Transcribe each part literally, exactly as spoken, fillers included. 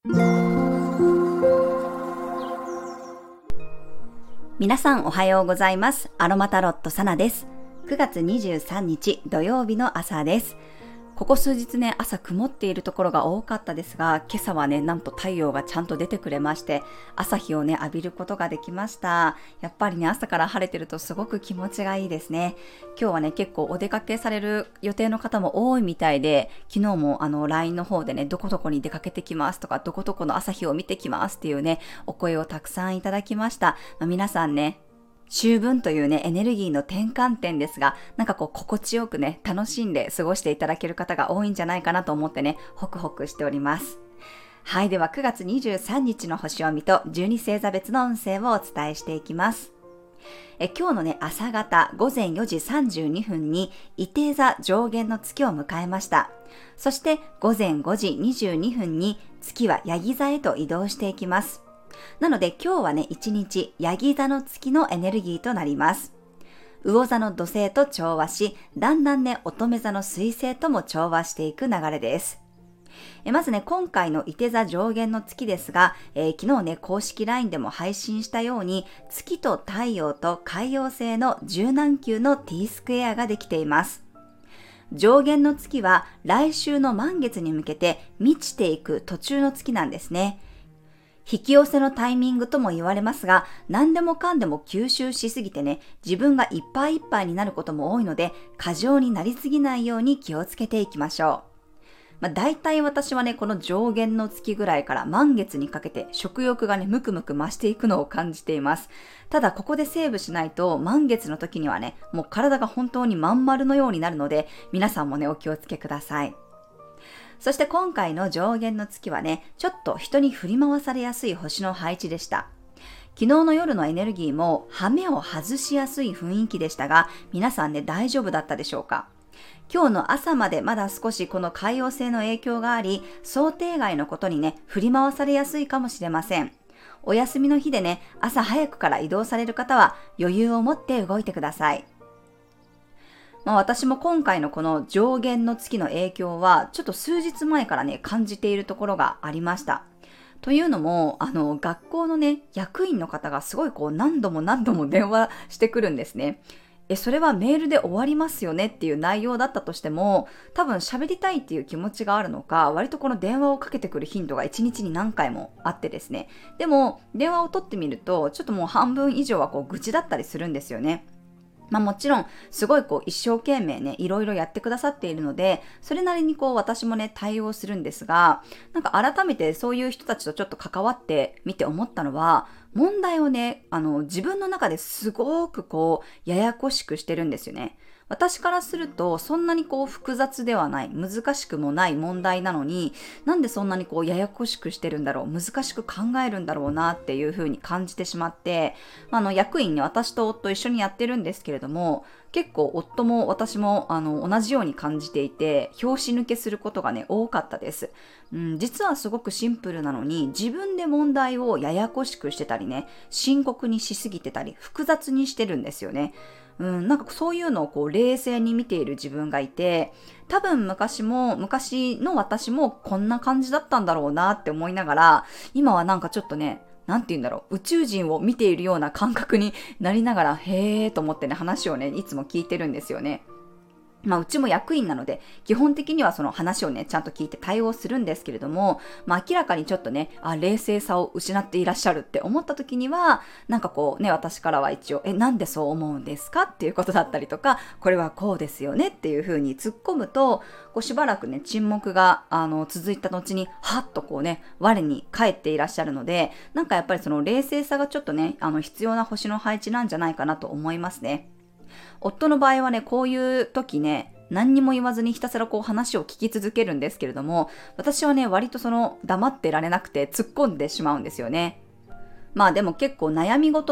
皆さんおはようございます。アロマタロットサナです。くがつにじゅうさんにち土曜日の朝です。ここ数日ね、朝曇っているところが多かったですが、今朝はね、なんと太陽がちゃんと出てくれまして、朝日をね、浴びることができました。やっぱりね、朝から晴れてるとすごく気持ちがいいですね。今日はね、結構お出かけされる予定の方も多いみたいで、昨日もあの ライン の方でね、どこどこに出かけてきますとか、どこどこの朝日を見てきますっていうね、お声をたくさんいただきました。まあ、皆さんね、秋分というね、エネルギーの転換点ですが、なんかこう心地よくね、楽しんで過ごしていただける方が多いんじゃないかなと思ってね、ホクホクしております。はい、ではくがつにじゅうさんにちの星読みとじゅうに星座別の運勢をお伝えしていきます。え今日のね、朝方ごぜんよじさんじゅうにふんに射手座上弦の月を迎えました。そしてごぜんごじにじゅうにふんに月はヤギ座へと移動していきます。なので今日はね、一日ヤギ座の月のエネルギーとなります。魚座の土星と調和し、だんだんね、乙女座の水星とも調和していく流れです。えまずね、今回の射手座上弦の月ですが、えー、昨日ね、公式 ライン でも配信したように、月と太陽と海王星の柔軟球の T スクエアができています。上弦の月は来週の満月に向けて満ちていく途中の月なんですね。引き寄せのタイミングとも言われますが、何でもかんでも吸収しすぎてね、自分がいっぱいいっぱいになることも多いので、過剰になりすぎないように気をつけていきましょう。まあ、大体私はね、この上弦の月ぐらいから満月にかけて食欲がね、むくむく増していくのを感じています。ただここでセーブしないと、満月の時にはね、もう体が本当にまん丸のようになるので、皆さんもね、お気をつけください。そして今回の上弦の月はね、ちょっと人に振り回されやすい星の配置でした。昨日の夜のエネルギーも羽目を外しやすい雰囲気でしたが、皆さんね、大丈夫だったでしょうか？今日の朝までまだ少しこの海王星の影響があり、想定外のことにね、振り回されやすいかもしれません。お休みの日でね、朝早くから移動される方は余裕を持って動いてください。まあ、私も今回のこの上弦の月の影響はちょっと数日前からね感じているところがありました。というのも、あの学校のね役員の方がすごいこう何度も何度も電話してくるんですね。え、それはメールで終わりますよねっていう内容だったとしても、多分喋りたいっていう気持ちがあるのか、割とこの電話をかけてくる頻度がいちにちに何回もあってですね。でも電話を取ってみると、ちょっともう半分以上はこう愚痴だったりするんですよね。まあもちろん、すごいこう一生懸命ね、いろいろやってくださっているので、それなりにこう私もね、対応するんですが、なんか改めてそういう人たちとちょっと関わってみて思ったのは、問題をね、あの、自分の中ですごくこう、ややこしくしてるんですよね。私からすると、そんなにこう複雑ではない、難しくもない問題なのに、なんでそんなにこうややこしくしてるんだろう、難しく考えるんだろうなっていうふうに感じてしまって、あの役員に私と夫一緒にやってるんですけれども、結構夫も私もあの同じように感じていて、拍子抜けすることがね多かったです。うん、実はすごくシンプルなのに、自分で問題をややこしくしてたりね、深刻にしすぎてたり、複雑にしてるんですよね。うん、なんかそういうのをこう冷静に見ている自分がいて、多分昔も、昔の私もこんな感じだったんだろうなって思いながら、今はなんかちょっとね、なんて言うんだろう、宇宙人を見ているような感覚になりながら、へーと思ってね、話をね、いつも聞いてるんですよね。まあ、うちも役員なので、基本的にはその話をね、ちゃんと聞いて対応するんですけれども、まあ、明らかにちょっとね、あ、冷静さを失っていらっしゃるって思った時には、なんかこうね、私からは一応、え、なんでそう思うんですかっていうことだったりとか、これはこうですよねっていう風に突っ込むと、こうしばらくね、沈黙が、あの、続いた後に、はっとこうね、我に返っていらっしゃるので、なんかやっぱりその冷静さがちょっとね、あの、必要な星の配置なんじゃないかなと思いますね。夫の場合はね、こういう時ね、何にも言わずにひたすらこう話を聞き続けるんですけれども、私はね、割とその黙ってられなくて突っ込んでしまうんですよね。まあでも結構悩み事の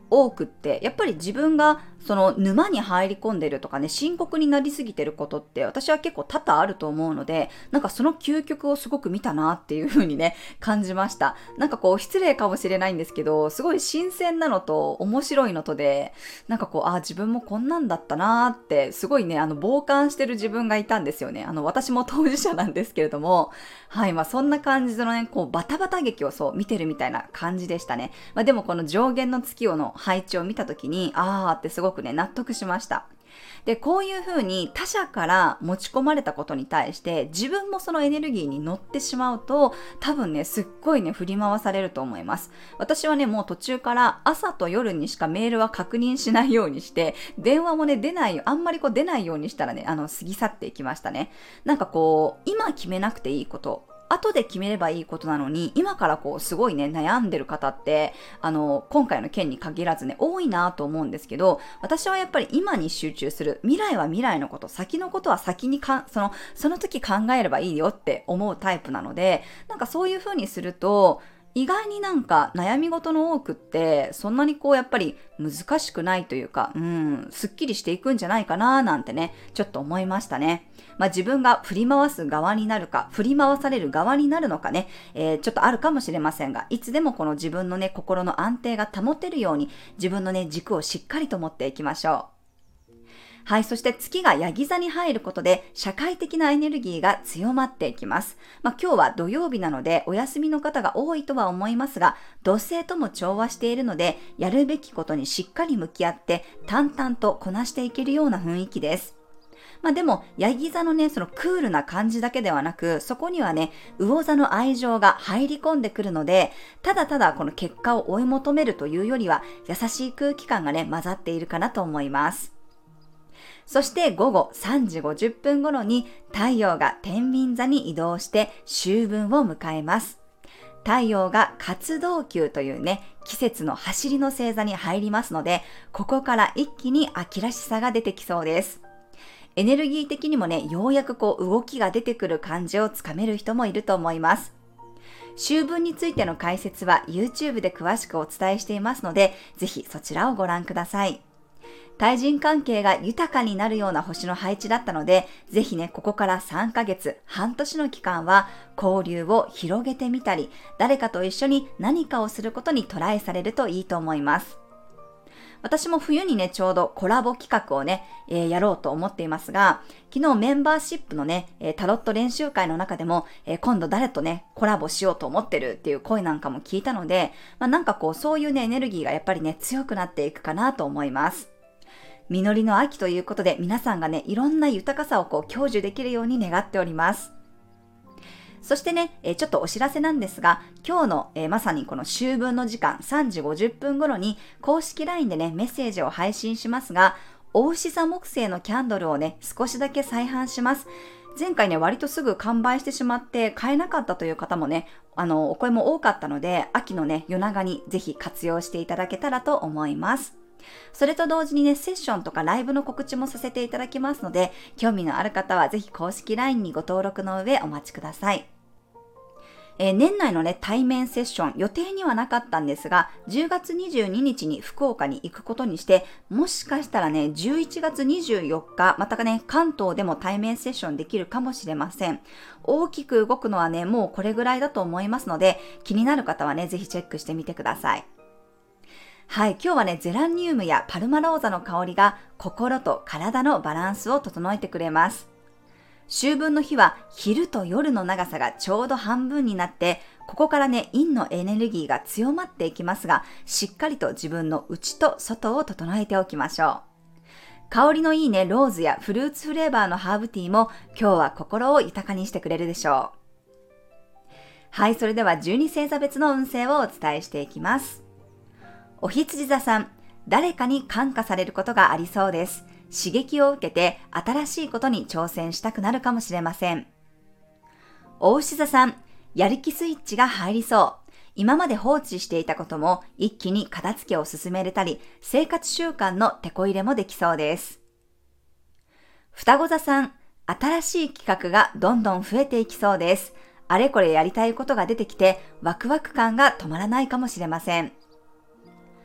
多くって、やっぱり自分がその沼に入り込んでるとかね、深刻になりすぎてることって私は結構多々あると思うので、なんかその究極をすごく見たなっていう風にね、感じました。なんかこう失礼かもしれないんですけど、すごい新鮮なのと面白いのとで、なんかこう、あ、自分もこんなんだったなーって、すごいね、あの、傍観してる自分がいたんですよね。あの、私も当事者なんですけれども、はい、まあそんな感じのね、こう、バタバタ劇をそう、見てるみたいな感じでしたね。まあでもこの上限の月夜の配置を見たときに、あーってすごくね、納得しました。で、こういう風に他者から持ち込まれたことに対して自分もそのエネルギーに乗ってしまうと、多分ね、すっごいね、振り回されると思います。私はね、もう途中から朝と夜にしかメールは確認しないようにして、電話もね、出ないよ、あんまりこう出ないようにしたらね、あの、過ぎ去っていきましたね。なんかこう、今決めなくていいこと、後で決めればいいことなのに、今からこうすごいね、悩んでる方って、あの、今回の件に限らずね、多いなと思うんですけど、私はやっぱり今に集中する。未来は未来のこと、先のことは先にか、その、その時考えればいいよって思うタイプなので、なんかそういう風にすると、意外になんか悩み事の多くってそんなにこうやっぱり難しくないというか、うん、すっきりしていくんじゃないかななんてね、ちょっと思いましたね。まあ自分が振り回す側になるか、振り回される側になるのかね、えー、ちょっとあるかもしれませんが、いつでもこの自分のね、心の安定が保てるように自分のね、軸をしっかりと持っていきましょう。はい、そして月がヤギ座に入ることで社会的なエネルギーが強まっていきます。まあ、今日は土曜日なのでお休みの方が多いとは思いますが、土星とも調和しているので、やるべきことにしっかり向き合って淡々とこなしていけるような雰囲気です。まあでも、ヤギ座のね、そのクールな感じだけではなく、そこにはね、魚座の愛情が入り込んでくるので、ただただこの結果を追い求めるというよりは、優しい空気感がね、混ざっているかなと思います。そして午後さんじごじゅっぷん頃に太陽が天秤座に移動して秋分を迎えます。太陽が活動球というね、季節の走りの星座に入りますので、ここから一気に秋らしさが出てきそうです。エネルギー的にもね、ようやくこう動きが出てくる感じをつかめる人もいると思います。秋分についての解説は YouTube で詳しくお伝えしていますので、ぜひそちらをご覧ください。対人関係が豊かになるような星の配置だったので、ぜひね、ここからさんかげつ、半年の期間は交流を広げてみたり、誰かと一緒に何かをすることにトライされるといいと思います。私も冬にね、ちょうどコラボ企画をね、えー、やろうと思っていますが、昨日メンバーシップのね、えー、タロット練習会の中でも、えー、今度誰とね、コラボしようと思ってるっていう声なんかも聞いたので、まあ、なんかこう、そういうね、エネルギーがやっぱりね、強くなっていくかなと思います。実りの秋ということで、皆さんがね、いろんな豊かさをこう享受できるように願っております。そしてね、えー、ちょっとお知らせなんですが、今日の、えー、まさにこの秋分の時間さんじごじゅっぷん頃に公式 ライン でね、メッセージを配信しますが、牡牛座木星のキャンドルをね、少しだけ再販します。前回ね、割とすぐ完売してしまって買えなかったという方もね、あの、お声も多かったので、秋のね、夜長にぜひ活用していただけたらと思います。それと同時にね、セッションとかライブの告知もさせていただきますので、興味のある方はぜひ公式 ライン にご登録の上お待ちください。えー、年内のね、対面セッション予定にはなかったんですが、じゅうがつにじゅうににちに福岡に行くことにして、もしかしたらね、じゅういちがつにじゅうよっか、またね、関東でも対面セッションできるかもしれません。大きく動くのはね、もうこれぐらいだと思いますので、気になる方はね、ぜひチェックしてみてください。はい、今日はね、ゼラニウムやパルマローザの香りが心と体のバランスを整えてくれます。秋分の日は昼と夜の長さがちょうど半分になって、ここからね、陰のエネルギーが強まっていきますが、しっかりと自分の内と外を整えておきましょう。香りのいいね、ローズやフルーツフレーバーのハーブティーも今日は心を豊かにしてくれるでしょう。はい、それではじゅうに星座別の運勢をお伝えしていきます。お羊座さん、誰かに感化されることがありそうです。刺激を受けて新しいことに挑戦したくなるかもしれません。お牛座さん、やる気スイッチが入りそう。今まで放置していたことも一気に片付けを進めれたり、生活習慣のテこ入れもできそうです。双子座さん、新しい企画がどんどん増えていきそうです。あれこれやりたいことが出てきて、ワクワク感が止まらないかもしれません。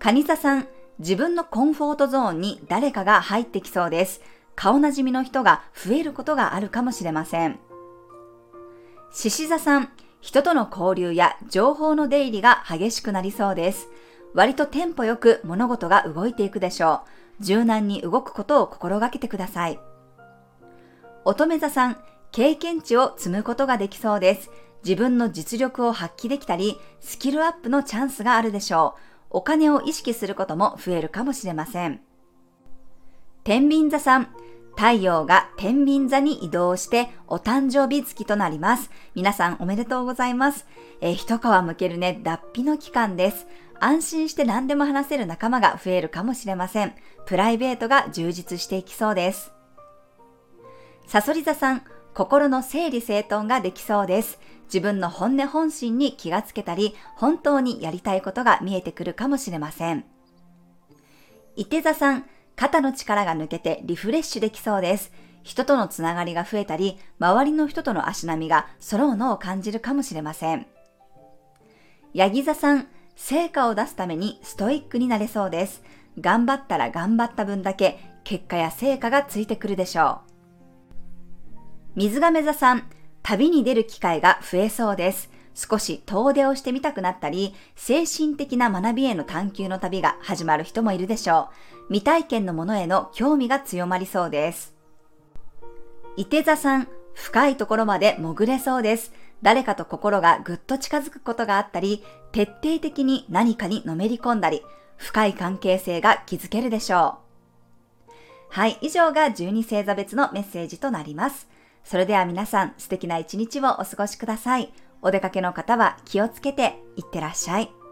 蟹座さん、自分のコンフォートゾーンに誰かが入ってきそうです。顔なじみの人が増えることがあるかもしれません。獅子座さん、人との交流や情報の出入りが激しくなりそうです。割とテンポよく物事が動いていくでしょう。柔軟に動くことを心がけてください。乙女座さん、経験値を積むことができそうです。自分の実力を発揮できたり、スキルアップのチャンスがあるでしょう。お金を意識することも増えるかもしれません。天秤座さん、太陽が天秤座に移動してお誕生日月となります。皆さんおめでとうございます。えー、一皮むけるね、脱皮の期間です。安心して何でも話せる仲間が増えるかもしれません。プライベートが充実していきそうです。さそり座さん、心の整理整頓ができそうです。自分の本音本心に気がつけたり、本当にやりたいことが見えてくるかもしれません。いて座さん、肩の力が抜けてリフレッシュできそうです。人とのつながりが増えたり、周りの人との足並みが揃うのを感じるかもしれません。ヤギ座さん、成果を出すためにストイックになれそうです。頑張ったら頑張った分だけ結果や成果がついてくるでしょう。水亀座さん、旅に出る機会が増えそうです。少し遠出をしてみたくなったり、精神的な学びへの探求の旅が始まる人もいるでしょう。未体験のものへの興味が強まりそうです。いて座さん、深いところまで潜れそうです。誰かと心がぐっと近づくことがあったり、徹底的に何かにのめり込んだり、深い関係性が築けるでしょう。はい、以上がじゅうに星座別のメッセージとなります。それでは皆さん、素敵な一日をお過ごしください。お出かけの方は気をつけていってらっしゃい。